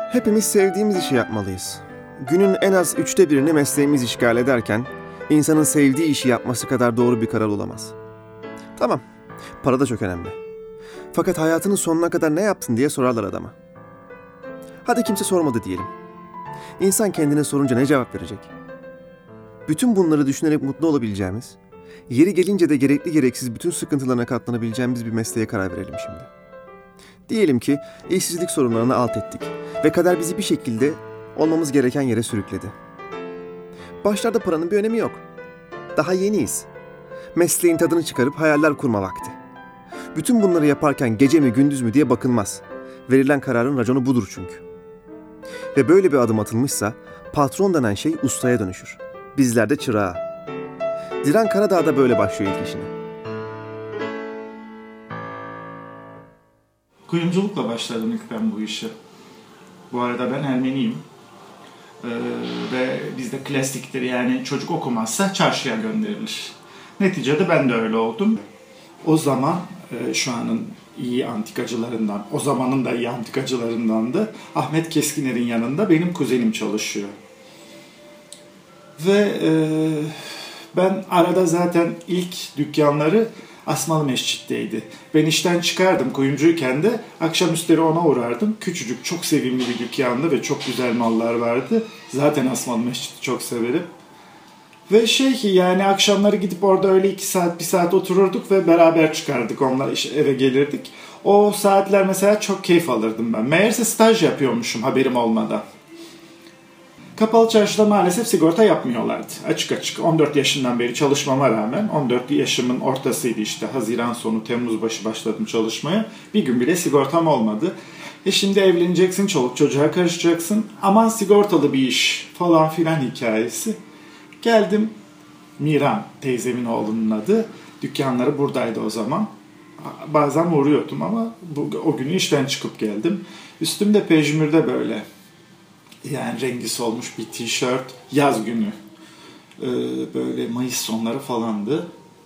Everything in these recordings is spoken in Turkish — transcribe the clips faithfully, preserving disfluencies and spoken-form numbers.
Hepimiz sevdiğimiz işi yapmalıyız. Günün en az üçte birini mesleğimiz işgal ederken, insanın sevdiği işi yapması kadar doğru bir karar olamaz. Tamam, para da çok önemli. Fakat hayatının sonuna kadar ne yaptın diye sorarlar adama. Hadi kimse sormadı diyelim. İnsan kendine sorunca ne cevap verecek? Bütün bunları düşünerek mutlu olabileceğimiz, yeri gelince de gerekli gereksiz bütün sıkıntılarına katlanabileceğimiz bir mesleğe karar verelim şimdi. Diyelim ki işsizlik sorunlarını alt ettik ve kader bizi bir şekilde olmamız gereken yere sürükledi. Başlarda paranın bir önemi yok. Daha yeniyiz. Mesleğin tadını çıkarıp hayaller kurma vakti. Bütün bunları yaparken gece mi gündüz mü diye bakılmaz. Verilen kararın raconu budur çünkü. Ve böyle bir adım atılmışsa patron denen şey ustaya dönüşür. Bizler de çırağa. Dilan Karadağ da böyle başlıyor ilk işine. Kuyumculukla başladım ilk ben bu işe. Bu arada ben Ermeniyim. Ee, ve bizde klasiktir, yani çocuk okumazsa çarşıya gönderilir. Neticede ben de öyle oldum. O zaman e, şu anın iyi antikacılarından, o zamanın da iyi antikacılarındandı. Ahmet Keskiner'in yanında benim kuzenim çalışıyor. Ve e, ben arada zaten ilk dükkanları Asmalı Mescid'deydi. Ben işten çıkardım kuyumcuyken de akşamüstleri ona uğrardım. Küçücük, çok sevimli bir dükkandı ve çok güzel mallar vardı. Zaten Asmalı Mescid'i çok severim. Ve şey ki yani akşamları gidip orada öyle iki saat, bir saat otururduk ve beraber çıkardık. Onunla iş, eve gelirdik. O saatler mesela çok keyif alırdım ben. Meğerse staj yapıyormuşum haberim olmadan. Kapalı çarşıda maalesef sigorta yapmıyorlardı. Açık açık. on dört yaşından beri çalışmama rağmen, on dört yaşımın ortasıydı işte. Haziran sonu, Temmuz başı başladım çalışmaya. Bir gün bile sigortam olmadı. E şimdi evleneceksin, çoluk çocuğa karışacaksın. Aman sigortalı bir iş falan filan hikayesi. Geldim, Miran teyzemin oğlunun adı. Dükkanları buradaydı o zaman. Bazen uğruyordum ama bu, o günü işten çıkıp geldim. Üstümde pejmürde böyle, yani rengi solmuş bir tişört, yaz günü. Ee, böyle Mayıs sonları falandı.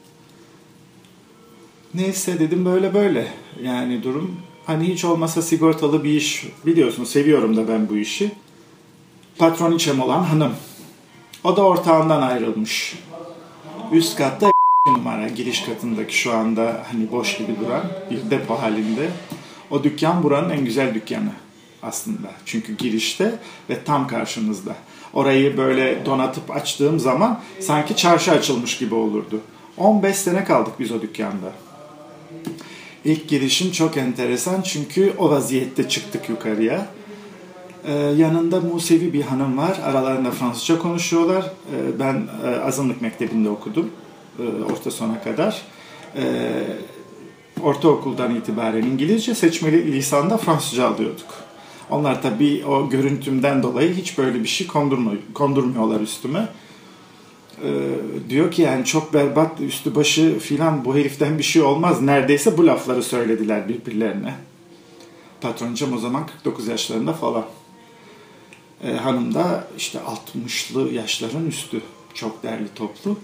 Neyse dedim böyle böyle. Yani durum, hani hiç olmasa sigortalı bir iş. Biliyorsun, seviyorum da ben bu işi. Patroniçem olan hanım. O da ortağından ayrılmış. Üst katta numara, giriş katındaki şu anda hani boş gibi duran bir depo halinde. O dükkan buranın en güzel dükkanı aslında. Çünkü girişte ve tam karşınızda. Orayı böyle donatıp açtığım zaman sanki çarşı açılmış gibi olurdu. on beş sene kaldık biz o dükkanda. İlk girişim çok enteresan çünkü o vaziyette çıktık yukarıya. Ee, yanında Musevi bir hanım var. Aralarında Fransızca konuşuyorlar. Ee, ben e, azınlık mektebinde okudum. E, orta sona kadar. E, ortaokuldan itibaren İngilizce, seçmeli lisanda Fransızca alıyorduk. Onlar tabii o görüntümden dolayı hiç böyle bir şey kondurmuyor, kondurmuyorlar üstüme. Ee, diyor ki yani çok berbat, üstü başı filan, bu heriften bir şey olmaz. Neredeyse bu lafları söylediler birbirlerine. Patroncam o zaman kırk dokuz yaşlarında falan. Ee, hanım da işte altmışlı yaşların üstü. Çok derli toplu.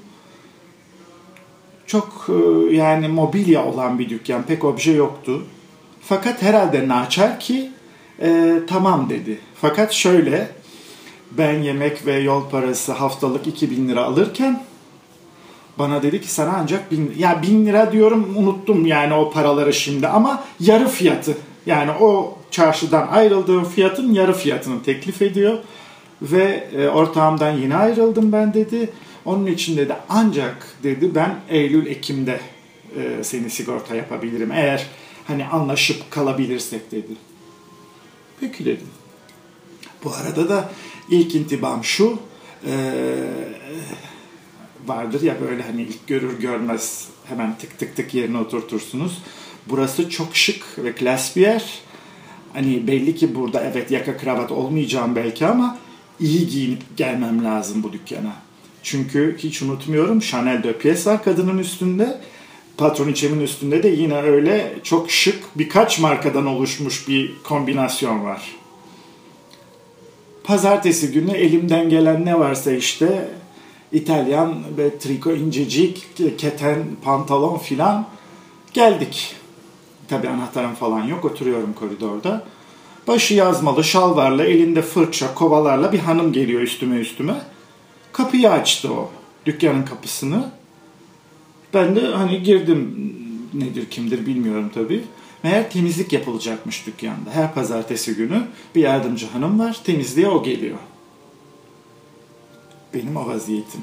Çok e, yani mobilya olan bir dükkan. Pek obje yoktu. Fakat herhalde naçar ki e, tamam dedi. Fakat şöyle, ben yemek ve yol parası haftalık iki bin lira alırken bana dedi ki sana ancak bin, ya bin lira diyorum, unuttum yani o paraları şimdi, ama yarı fiyatı. Yani o çarşıdan ayrıldığım fiyatın yarı fiyatını teklif ediyor. Ve e, ortağımdan yeni ayrıldım ben dedi. Onun için dedi ancak dedi ben Eylül-Ekim'de e, seni sigorta yapabilirim. Eğer hani anlaşıp kalabilirsek dedi. Peki dedim. Bu arada da ilk intibam şu, e, vardır ya böyle hani ilk görür görmez hemen tık tık tık yerine oturtursunuz. Burası çok şık ve klas bir yer. Hani belli ki burada evet yaka kravat olmayacağım belki ama iyi giyinip gelmem lazım bu dükkana. Çünkü hiç unutmuyorum, Chanel de Pièce var kadının üstünde. Patroniçemin üstünde de yine öyle çok şık birkaç markadan oluşmuş bir kombinasyon var. Pazartesi günü elimden gelen ne varsa işte İtalyan ve triko incecik, keten, pantolon filan geldik. Tabii anahtarım falan yok, oturuyorum koridorda. Başı yazmalı, şalvarla, elinde fırça, kovalarla bir hanım geliyor üstüme üstüme. Kapıyı açtı o, dükkanın kapısını. Ben de hani girdim, nedir kimdir bilmiyorum tabii. Meğer temizlik yapılacakmış dükkanda. Her pazartesi günü bir yardımcı hanım var, temizliğe o geliyor. Benim o vaziyetim.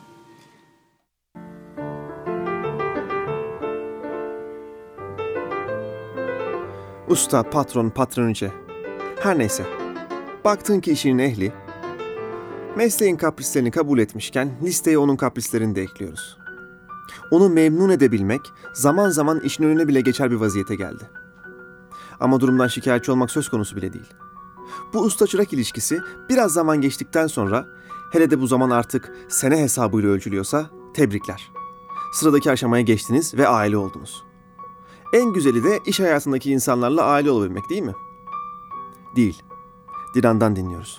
Usta, patron, patroniçe. Her neyse. Baktın ki işinin ehli. Mesleğin kaprislerini kabul etmişken listeye onun kaprislerini de ekliyoruz. Onu memnun edebilmek zaman zaman işin önüne bile geçer bir vaziyete geldi. Ama durumdan şikayetçi olmak söz konusu bile değil. Bu usta-çırak ilişkisi biraz zaman geçtikten sonra, hele de bu zaman artık sene hesabıyla ölçülüyorsa, tebrikler. Sıradaki aşamaya geçtiniz ve aile oldunuz. En güzeli de iş hayatındaki insanlarla aile olabilmek, değil mi? Değil. Dilan'dan dinliyoruz.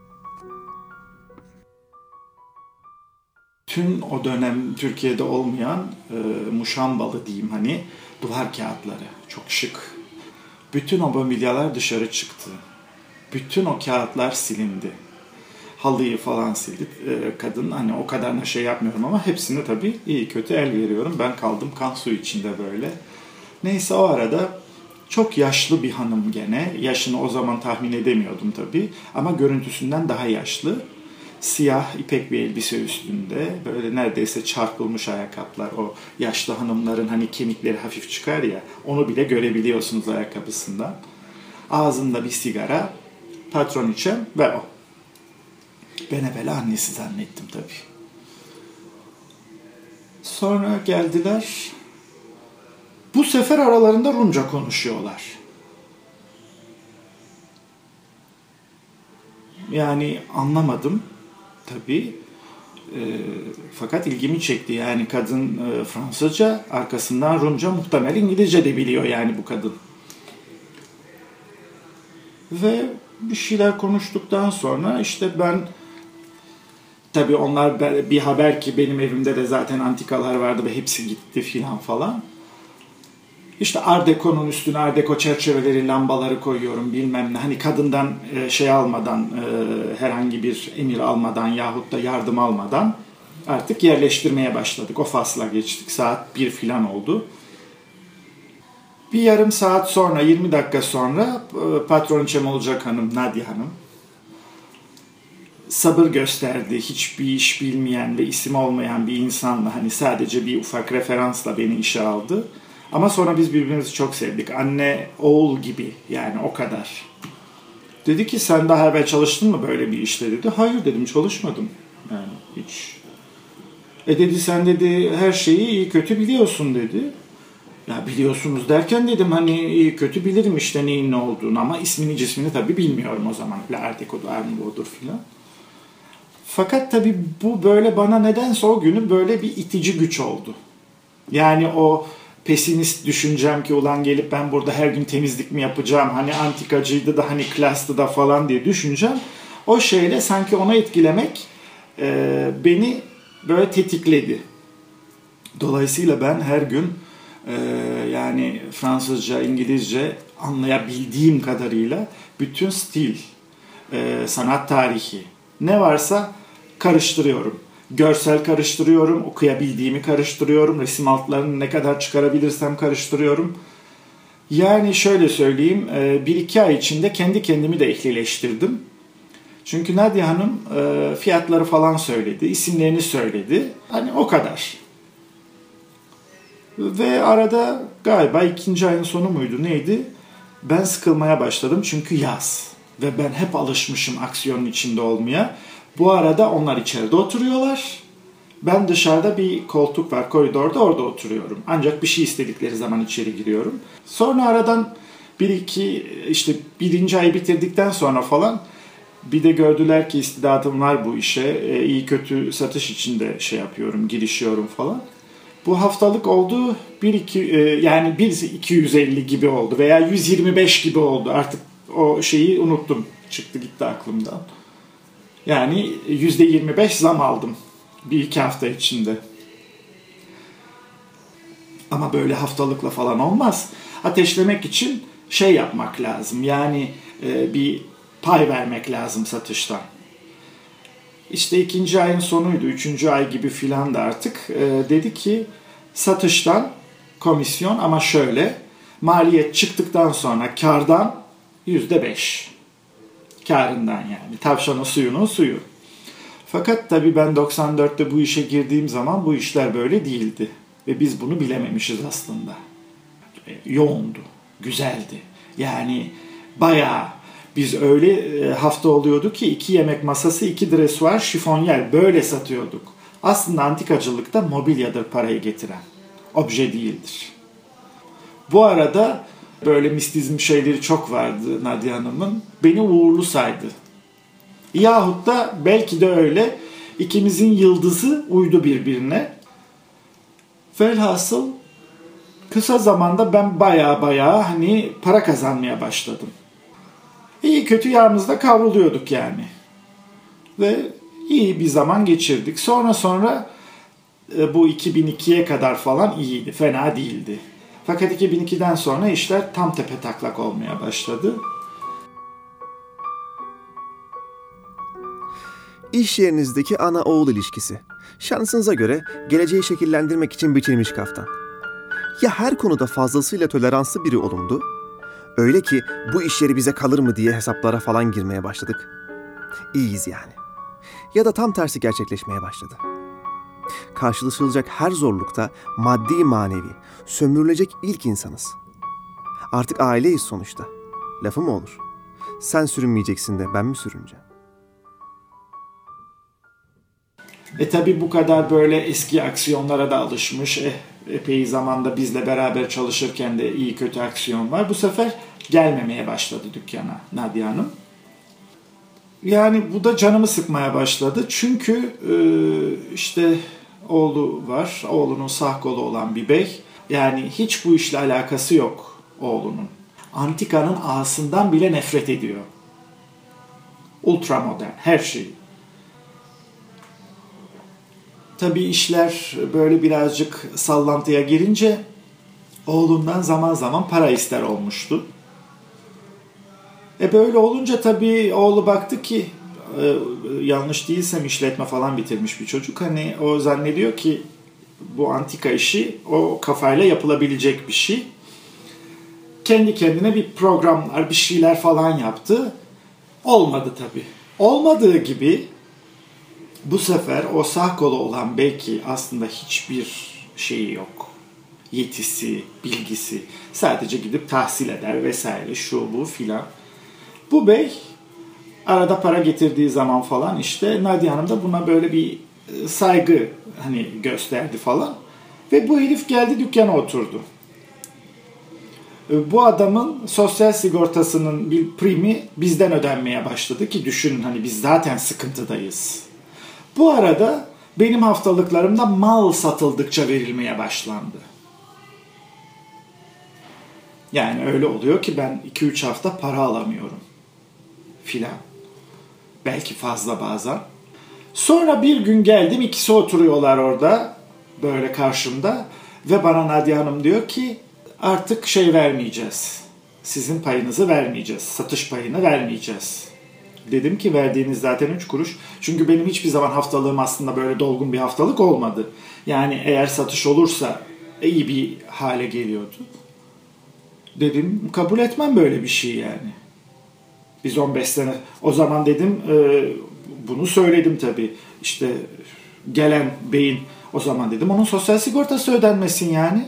Tüm o dönem Türkiye'de olmayan e, muşambalı diyeyim hani duvar kağıtları çok şık. Bütün o mobilyalar dışarı çıktı. Bütün o kağıtlar silindi. Halıyı falan sildi e, kadın. Hani o kadarına şey yapmıyorum ama hepsini tabii iyi kötü el veriyorum. Ben kaldım kan suyu içinde böyle. Neyse o arada çok yaşlı bir hanım gene. Yaşını o zaman tahmin edemiyordum tabii. Ama görüntüsünden daha yaşlı. Siyah ipek bir elbise üstünde. Böyle neredeyse çarpılmış ayakkabılar. O yaşlı hanımların hani kemikleri hafif çıkar ya. Onu bile görebiliyorsunuz ayakkabısından. Ağzında bir sigara. Patroniçem ve o. Ben evvela annesi zannettim tabii. Sonra geldiler. Bu sefer aralarında Rumca konuşuyorlar. Yani anlamadım tabii. E, fakat ilgimi çekti. Yani kadın e, Fransızca, arkasından Rumca, muhtemel İngilizce de biliyor yani bu kadın. Ve bir şeyler konuştuktan sonra işte ben tabii onlar bir haber ki benim evimde de zaten antikalar vardı ve hepsi gitti filan falan. İşte Art Deco'nun üstüne Art Deco çerçeveleri, lambaları koyuyorum bilmem ne. Hani kadından şey almadan, herhangi bir emir almadan yahut da yardım almadan artık yerleştirmeye başladık. O fasla geçtik. Saat bir filan oldu. Bir yarım saat sonra, yirmi dakika sonra patroniçem olacak hanım, Nadia Hanım sabır gösterdi. Hiçbir iş bilmeyen ve isim olmayan bir insanla hani sadece bir ufak referansla beni işe aldı. Ama sonra biz birbirimizi çok sevdik. Anne, oğul gibi yani o kadar. Dedi ki sen daha evvel çalıştın mı böyle bir işte dedi. Hayır dedim çalışmadım. Yani hiç. E dedi sen dedi her şeyi iyi kötü biliyorsun dedi. Ya biliyorsunuz derken dedim hani iyi kötü bilirim işte neyin ne olduğunu ama ismini cismini tabii bilmiyorum o zaman. Art Deco'dur, Arnavut'dur filan. Fakat tabii bu böyle bana nedense o günü böyle bir itici güç oldu. Yani o pesimist düşüncem ki ulan gelip ben burada her gün temizlik mi yapacağım hani antikacıydı da hani klastı da falan diye düşüncem o şeyle sanki ona etkilemek e, beni böyle tetikledi. Dolayısıyla ben her gün e, yani Fransızca, İngilizce anlayabildiğim kadarıyla bütün stil, e, sanat tarihi ne varsa karıştırıyorum. Görsel karıştırıyorum, okuyabildiğimi karıştırıyorum, resim altlarını ne kadar çıkarabilirsem karıştırıyorum. Yani şöyle söyleyeyim, bir iki ay içinde kendi kendimi de ehlileştirdim. Çünkü Nadia Hanım fiyatları falan söyledi, isimlerini söyledi. Hani o kadar. Ve arada galiba ikinci ayın sonu muydu neydi? Ben sıkılmaya başladım çünkü yaz. Ve ben hep alışmışım aksiyonun içinde olmaya. Bu arada onlar içeride oturuyorlar. Ben dışarıda bir koltuk var koridorda orada oturuyorum. Ancak bir şey istedikleri zaman içeri giriyorum. Sonra aradan bir iki işte birinci ayı bitirdikten sonra falan bir de gördüler ki istidadım var bu işe. İyi kötü satış içinde şey yapıyorum, girişiyorum falan. Bu haftalık oldu bir iki yani bir iki yüz elli gibi oldu veya yüz yirmi beş gibi oldu. Artık o şeyi unuttum. Çıktı gitti aklımdan. Yani yüzde yirmi beş zam aldım bir iki hafta içinde. Ama böyle haftalıkla falan olmaz. Ateşlemek için şey yapmak lazım. Yani e, bir pay vermek lazım satıştan. İşte ikinci ayın sonuydu, üçüncü ay gibi filan da artık e, dedi ki satıştan komisyon ama şöyle, maliyet çıktıktan sonra kardan yüzde beş. Karından yani. Tavşanın suyunun suyu. Fakat tabii ben doksan dörtte bu işe girdiğim zaman bu işler böyle değildi. Ve biz bunu bilememişiz aslında. E, yoğundu, güzeldi. Yani bayağı biz öyle hafta oluyordu ki iki yemek masası, iki dresuar, şifonyer böyle satıyorduk. Aslında antikacılıkta mobilyadır parayı getiren. Obje değildir. Bu arada böyle mistizm şeyleri çok vardı Nadia Hanım'ın. Beni uğurlu saydı. Yahut da belki de öyle ikimizin yıldızı uydu birbirine. Velhasıl kısa zamanda ben baya baya hani para kazanmaya başladım. İyi kötü yağımızda kavruluyorduk yani. Ve iyi bir zaman geçirdik. Sonra sonra bu iki bin ikiye kadar falan iyiydi. Fena değildi. Fakat iki bin ikiden sonra işler tam tepe taklak olmaya başladı. İş yerinizdeki ana oğul ilişkisi. Şansınıza göre geleceği şekillendirmek için biçilmiş kaftan. Ya her konuda fazlasıyla toleranslı biri olundu, öyle ki bu iş yeri bize kalır mı diye hesaplara falan girmeye başladık. İyiyiz yani. Ya da tam tersi gerçekleşmeye başladı. Karşılaşılacak her zorlukta maddi manevi, sömürülecek ilk insanız. Artık aileyiz sonuçta. Lafı mı olur? Sen sürünmeyeceksin de ben mi sürüneceğim? E tabi bu kadar böyle eski aksiyonlara da alışmış. Eh, epey zamanda bizle beraber çalışırken de iyi kötü aksiyon var. Bu sefer gelmemeye başladı dükkana Nadia Hanım. Yani bu da canımı sıkmaya başladı. Çünkü e, işte oğlu var. Oğlunun sağ kolu olan bir bey. Yani hiç bu işle alakası yok oğlunun. Antikanın ağasından bile nefret ediyor. Ultramodern her şey. Tabii işler böyle birazcık sallantıya girince oğlundan zaman zaman para ister olmuştu. E böyle olunca tabii oğlu baktı ki e, yanlış değilsem işletme falan bitirmiş bir çocuk. Hani o zannediyor ki bu antika işi o kafayla yapılabilecek bir şey. Kendi kendine bir programlar, bir şeyler falan yaptı. Olmadı tabii. Olmadığı gibi bu sefer o sağ kolu olan belki aslında hiçbir şeyi yok. Yetisi, bilgisi. Sadece gidip tahsil eder vesaire şu bu filan. Bu bey arada para getirdiği zaman falan işte Nadia Hanım da buna böyle bir saygı hani gösterdi falan. Ve bu herif geldi dükkana oturdu. Bu adamın sosyal sigortasının bir primi bizden ödenmeye başladı ki düşünün hani biz zaten sıkıntıdayız. Bu arada benim haftalıklarımda mal satıldıkça verilmeye başlandı. Yani öyle oluyor ki ben iki üç hafta para alamıyorum filan. Belki fazla bazen. Sonra bir gün geldim, ikisi oturuyorlar orada böyle karşımda ve bana Nadia Hanım diyor ki artık şey vermeyeceğiz. Sizin payınızı vermeyeceğiz. Satış payını vermeyeceğiz. Dedim ki verdiğiniz zaten üç kuruş. Çünkü benim hiçbir zaman haftalığım aslında böyle dolgun bir haftalık olmadı. Yani eğer satış olursa iyi bir hale geliyordu. Dedim kabul etmem böyle bir şey yani. Biz on beş sene o zaman dedim e, bunu söyledim tabii. İşte gelen beyin o zaman dedim onun sosyal sigortası ödenmesin yani.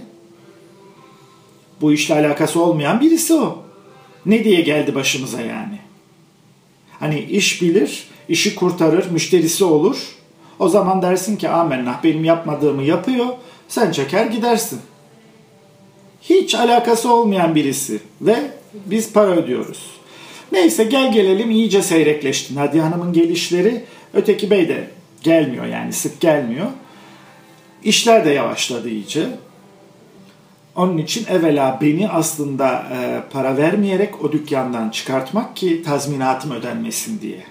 Bu işle alakası olmayan birisi o. Ne diye geldi başımıza yani? Hani iş bilir, işi kurtarır, müşterisi olur. O zaman dersin ki amenna benim yapmadığımı yapıyor, sen çeker gidersin. Hiç alakası olmayan birisi ve biz para ödüyoruz. Neyse gel gelelim iyice seyrekleşti. Nadia Hanım'ın gelişleri, öteki bey de gelmiyor yani sık gelmiyor. İşler de yavaşladı iyice. Onun için evvela beni aslında e, para vermeyerek o dükkandan çıkartmak ki tazminatım ödenmesin diye.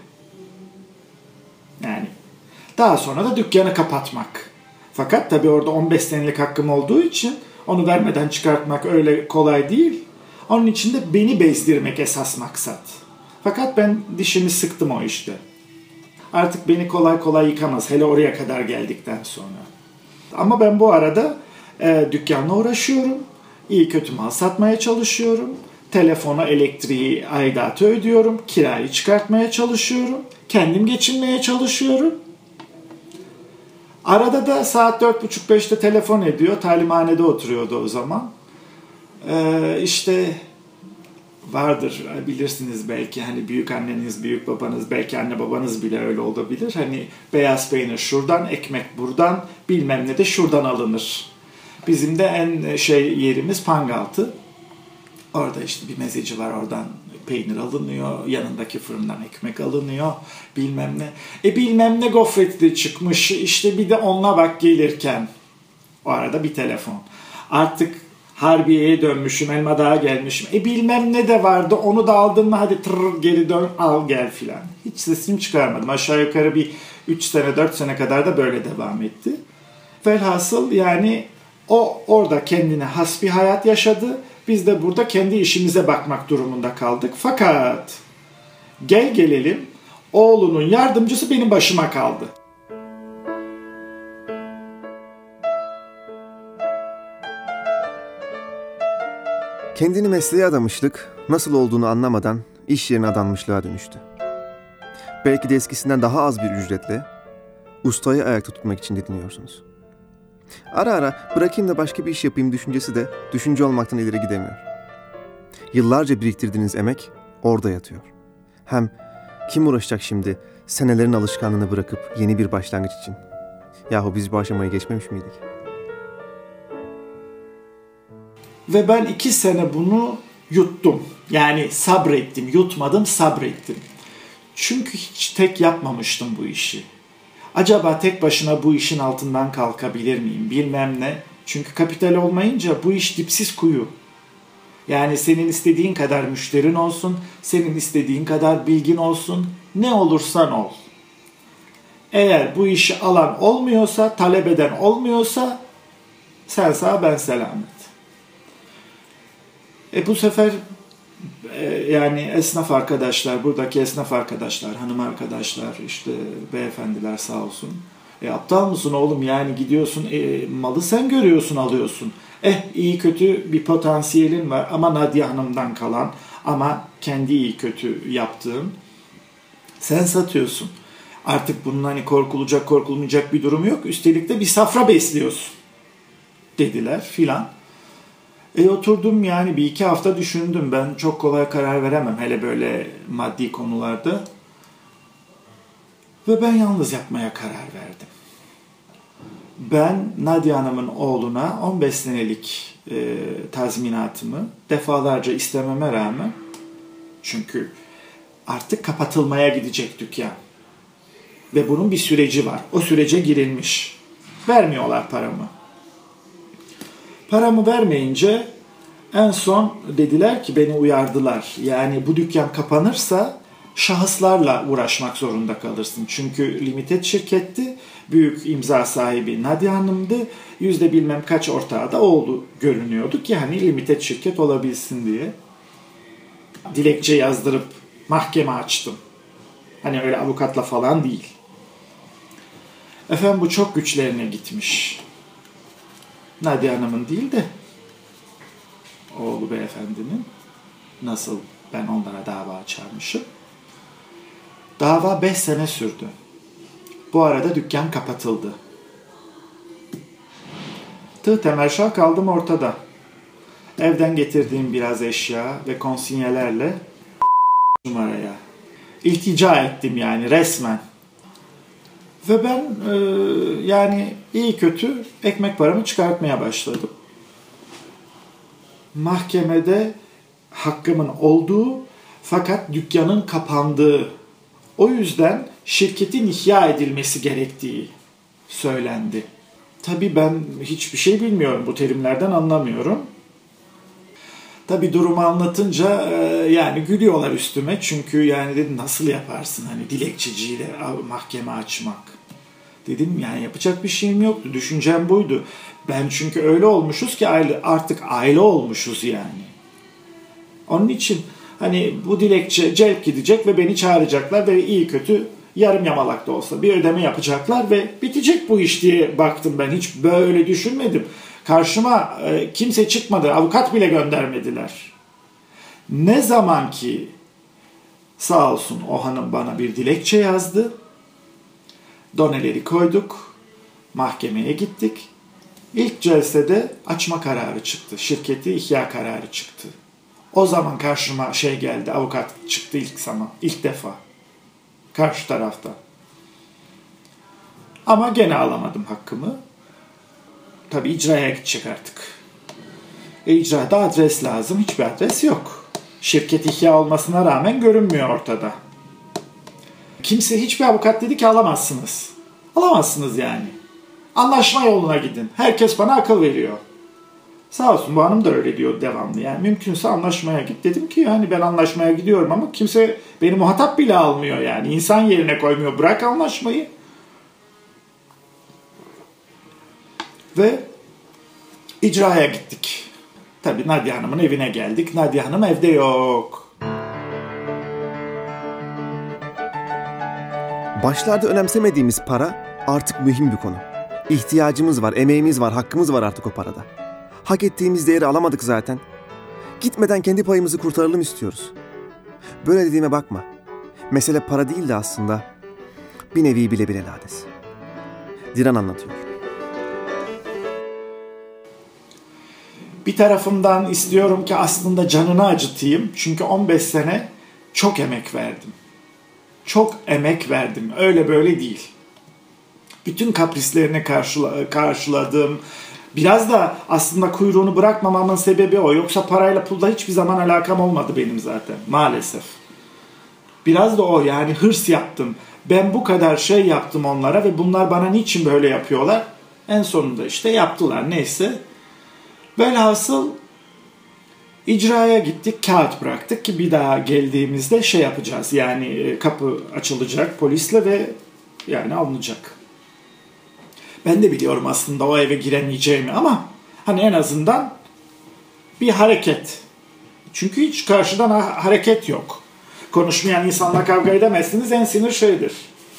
Yani daha sonra da dükkanı kapatmak. Fakat tabii orada on beş senelik hakkım olduğu için onu vermeden çıkartmak öyle kolay değil. Onun için de beni bezdirmek esas maksat. Fakat ben dişimi sıktım o işte. Artık beni kolay kolay yıkamaz. Hele oraya kadar geldikten sonra. Ama ben bu arada e, dükkanla uğraşıyorum. İyi kötü mal satmaya çalışıyorum. Telefona, elektriği, aidatı ödüyorum. Kirayı çıkartmaya çalışıyorum. Kendim geçinmeye çalışıyorum. Arada da saat dört buçuk beşte telefon ediyor. Talimhanede oturuyordu o zaman. Ee, işte vardır, bilirsiniz belki, hani büyük anneniz, büyük babanız, belki anne babanız bile öyle olabilir. Hani beyaz peynir şuradan, ekmek buradan, bilmem ne de şuradan alınır. Bizim de en şey yerimiz Pangaltı. Orada işte bir mezeci var, oradan peynir alınıyor, yanındaki fırından ekmek alınıyor, bilmem ne. E bilmem ne gofreti de çıkmış, işte bir de onunla bak gelirken. O arada bir telefon. Artık Harbiye'ye dönmüşüm, Elmadağ'a gelmişim. E bilmem ne de vardı, onu da aldın mı, hadi tırr geri dön, al gel filan. Hiç sesimi çıkarmadım. Aşağı yukarı bir üç sene dört sene kadar da böyle devam etti. Velhasıl yani o orada kendine has bir hayat yaşadı. Biz de burada kendi işimize bakmak durumunda kaldık. Fakat gel gelelim oğlunun yardımcısı benim başıma kaldı. Kendini mesleğe adamışlık nasıl olduğunu anlamadan iş yerine adanmışlığa dönüştü. Belki de eskisinden daha az bir ücretle ustayı ayakta tutmak için didiniyorsunuz. Ara ara bırakayım da başka bir iş yapayım düşüncesi de düşünce olmaktan ileri gidemiyor. Yıllarca biriktirdiğiniz emek orada yatıyor. Hem kim uğraşacak şimdi senelerin alışkanlığını bırakıp yeni bir başlangıç için? Yahu biz bu aşamayı geçmemiş miydik? Ve ben iki sene bunu yuttum. Yani sabrettim, yutmadım, sabrettim. Çünkü hiç tek yapmamıştım bu işi. Acaba tek başına bu işin altından kalkabilir miyim, bilmem ne. Çünkü kapital olmayınca bu iş dipsiz kuyu. Yani senin istediğin kadar müşterin olsun, senin istediğin kadar bilgin olsun, ne olursan ol. Eğer bu işi alan olmuyorsa, talep eden olmuyorsa, sen sağ ben selamet. E bu sefer e, yani esnaf arkadaşlar, buradaki esnaf arkadaşlar, hanım arkadaşlar, işte beyefendiler sağ olsun. E aptal mısın oğlum, yani gidiyorsun e, malı sen görüyorsun, alıyorsun. Eh iyi kötü bir potansiyelin var ama Nadia Hanım'dan kalan, ama kendi iyi kötü yaptığın sen satıyorsun. Artık bunun hani korkulacak korkulmayacak bir durum yok. Üstelik de bir safra besliyorsun dediler filan. E oturdum yani bir iki hafta düşündüm. Ben çok kolay karar veremem hele böyle maddi konularda. Ve ben yalnız yapmaya karar verdim. Ben Nadia Hanım'ın oğluna on beş senelik e, tazminatımı defalarca istememe rağmen, çünkü artık kapatılmaya gidecek dükkan. Ve bunun bir süreci var. O sürece girilmiş. Vermiyorlar paramı. Paramı vermeyince en son dediler ki, beni uyardılar. Yani bu dükkan kapanırsa şahıslarla uğraşmak zorunda kalırsın. Çünkü limited şirketti. Büyük imza sahibi Nadia Hanım'dı. Yüzde bilmem kaç ortağı da oğlu görünüyordu ki hani limited şirket olabilsin diye. Dilekçe yazdırıp mahkeme açtım. Hani öyle avukatla falan değil. Efendim bu çok güçlerine gitmiş. Nadia Hanım'ın değil de oğlu beyefendinin, nasıl ben onlara dava açarmışım. Dava beş sene sürdü. Bu arada dükkan kapatıldı. Tığ temelşah kaldım ortada. Evden getirdiğim biraz eşya ve konsinyelerle numaraya iltica ettim yani resmen. Ve ben e, yani iyi kötü ekmek paramı çıkartmaya başladım. Mahkemede hakkımın olduğu fakat dükkanın kapandığı, o yüzden şirketin ihya edilmesi gerektiği söylendi. Tabii ben hiçbir şey bilmiyorum, bu terimlerden anlamıyorum. Tabii durumu anlatınca yani gülüyorlar üstüme. Çünkü yani dedim nasıl yaparsın hani dilekçeciyle mahkeme açmak. Dedim yani yapacak bir şeyim yoktu. Düşüncem buydu. Ben çünkü öyle olmuşuz ki aile, artık aile olmuşuz yani. Onun için Hani bu dilekçe celp gidecek ve beni çağıracaklar ve iyi kötü yarım yamalak da olsa bir ödeme yapacaklar ve bitecek bu iş diye baktım ben. Hiç böyle düşünmedim. Karşıma e, kimse çıkmadı. Avukat bile göndermediler. Ne zaman ki sağ olsun o hanım bana bir dilekçe yazdı. Doneleri koyduk. Mahkemeye gittik. İlk celsede açma kararı çıktı. Şirketi ihya kararı çıktı. O zaman karşıma şey geldi. Avukat çıktı ilk zaman. İlk defa. Karşı tarafta. Ama gene alamadım hakkımı. Tabii icraya gidecek artık. E, icrada adres lazım. Hiçbir adres yok. Şirket ihya olmasına rağmen görünmüyor ortada. Kimse, hiçbir avukat dedi ki alamazsınız. Alamazsınız yani. Anlaşma yoluna gidin. Herkes bana akıl veriyor. Sağ olsun bu hanım da öyle diyor devamlı. Yani mümkünse anlaşmaya git. Dedim ki yani ben anlaşmaya gidiyorum ama kimse beni muhatap bile almıyor yani. İnsan yerine koymuyor. Bırak anlaşmayı. Ve icraya gittik. Tabii Nadia Hanım'ın evine geldik. Nadia Hanım evde yok. Başlarda önemsemediğimiz para artık mühim bir konu. İhtiyacımız var, emeğimiz var, hakkımız var artık o parada. Hak ettiğimiz değeri alamadık zaten. Gitmeden kendi payımızı kurtaralım istiyoruz. Böyle dediğime bakma. Mesele para değil de aslında bir nevi bile bile lades. Dilan anlatıyor. Bir tarafımdan istiyorum ki aslında canını acıtayım. Çünkü on beş sene çok emek verdim. Çok emek verdim. Öyle böyle değil. Bütün kaprislerini karşıla, karşıladım. Biraz da aslında kuyruğunu bırakmamamın sebebi o. Yoksa parayla pulla hiçbir zaman alakam olmadı benim zaten. Maalesef. Biraz da o, yani hırs yaptım. Ben bu kadar şey yaptım onlara ve bunlar bana niçin böyle yapıyorlar? En sonunda işte yaptılar. Neyse. Velhasıl icraya gittik, kağıt bıraktık ki bir daha geldiğimizde şey yapacağız. Yani kapı açılacak polisle ve yani alınacak. Ben de biliyorum aslında o eve giremeyeceğimi ama hani en azından bir hareket. Çünkü hiç karşıdan ha- hareket yok. Konuşmayan insanla kavga edemezsiniz, en sinir şeydir.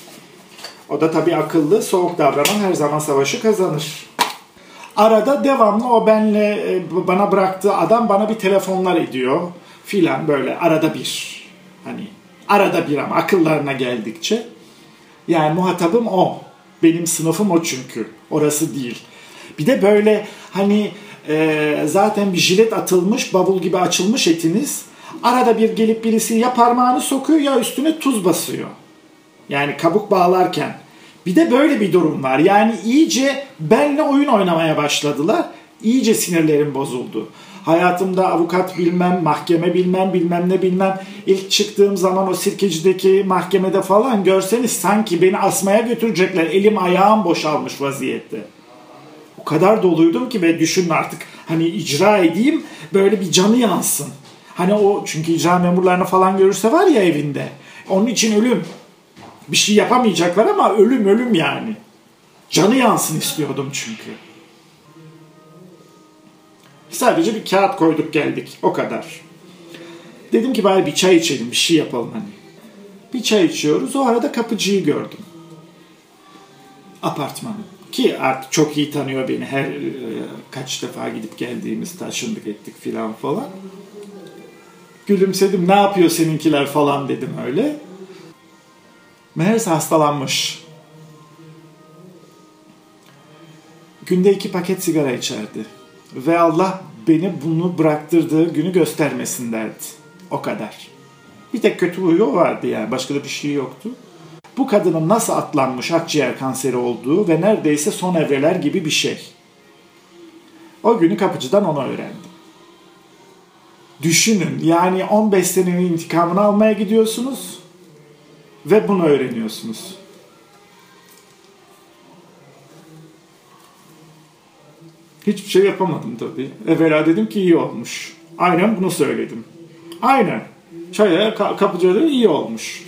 O da tabii akıllı, soğuk davranan her zaman savaşı kazanır. Arada devamlı o benle bana bıraktığı adam bana bir telefonlar ediyor filan, böyle arada bir. Hani arada bir ama akıllarına geldikçe. Yani muhatabım o. Benim sınıfım o çünkü. Orası değil. Bir de böyle hani e, zaten bir jilet atılmış, bavul gibi açılmış etiniz. Arada bir gelip birisi ya parmağını sokuyor ya üstüne tuz basıyor. Yani kabuk bağlarken. Bir de böyle bir durum var. Yani iyice benle oyun oynamaya başladılar. İyice sinirlerim bozuldu. Hayatımda avukat bilmem, mahkeme bilmem, bilmem ne bilmem. İlk çıktığım zaman o Sirkeci'deki mahkemede falan görseniz sanki beni asmaya götürecekler. Elim ayağım boşalmış vaziyette. O kadar doluydum ki ve düşünün artık hani icra edeyim, böyle bir canı yansın. Hani o, çünkü icra memurlarını falan görürse var ya evinde. Onun için ölüm. Bir şey yapamayacaklar ama ölüm ölüm yani. Canı yansın istiyordum çünkü. Sadece bir kağıt koyduk geldik. O kadar. Dedim ki bari bir çay içelim, bir şey yapalım hani. Bir çay içiyoruz. O arada kapıcıyı gördüm. Apartmanı. Ki artık çok iyi tanıyor beni. Her e, kaç defa gidip geldiğimiz, taşındık ettik filan falan. Gülümsedim. Ne yapıyor seninkiler falan dedim öyle. Meğerse hastalanmış. Günde iki paket sigara içerdi. Ve Allah beni bunu bıraktırdığı günü göstermesin derdi. O kadar. Bir tek kötü huyu vardı yani. Başka da bir şey yoktu. Bu kadının nasıl atlanmış akciğer kanseri olduğu ve neredeyse son evreler gibi bir şey. O günü kapıcıdan onu öğrendim. Düşünün yani on beş senenin intikamını almaya gidiyorsunuz ve bunu öğreniyorsunuz. Hiçbir şey yapamadım tabii. Evvela dedim ki iyi olmuş. Aynen bunu söyledim. Aynen. Çaya kapıcıya dedim iyi olmuş.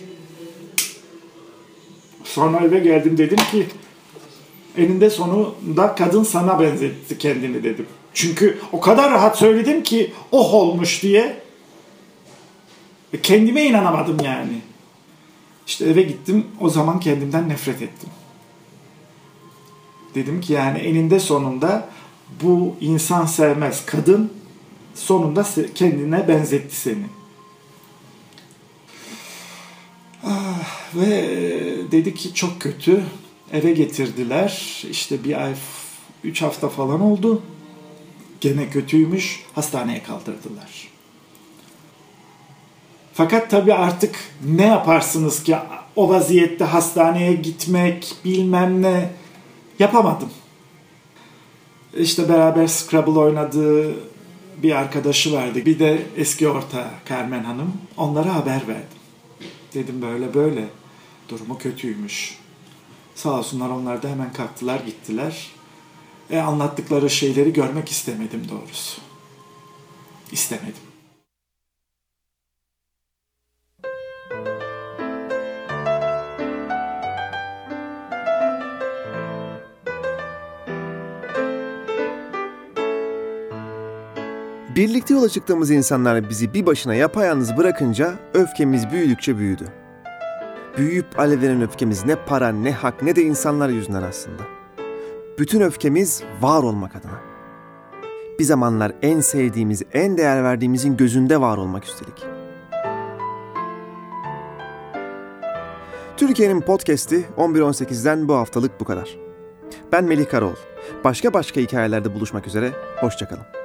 Sonra eve geldim dedim ki eninde sonunda kadın sana benzetti kendini dedim. Çünkü o kadar rahat söyledim ki oh olmuş diye. Kendime inanamadım yani. İşte eve gittim, o zaman kendimden nefret ettim. Dedim ki yani eninde sonunda bu insan sevmez kadın sonunda kendine benzetti seni. Ah, ve dedi ki çok kötü. Eve getirdiler. İşte bir ay, üç hafta falan oldu. Gene kötüymüş. Hastaneye kaldırdılar. Fakat tabii artık ne yaparsınız ki o vaziyette hastaneye gitmek bilmem ne yapamadım. İşte beraber Scrabble oynadığı bir arkadaşı vardı. Bir de eski ortağı Carmen Hanım. Onlara haber verdim. Dedim böyle böyle. Durumu kötüymüş. Sağ olsunlar onlar da hemen kalktılar gittiler. E, anlattıkları şeyleri görmek istemedim doğrusu. İstemedim. Birlikte yola çıktığımız insanlar bizi bir başına yapayalnız bırakınca öfkemiz büyüdükçe büyüdü. Büyüyüp alevlenen öfkemiz ne para, ne hak, ne de insanlar yüzünden aslında. Bütün öfkemiz var olmak adına. Bir zamanlar en sevdiğimiz, en değer verdiğimizin gözünde var olmak üstelik. Türkiye'nin podcast'i on bir on sekizden bu haftalık bu kadar. Ben Melih Karaoğlu. Başka başka hikayelerde buluşmak üzere, hoşça kalın.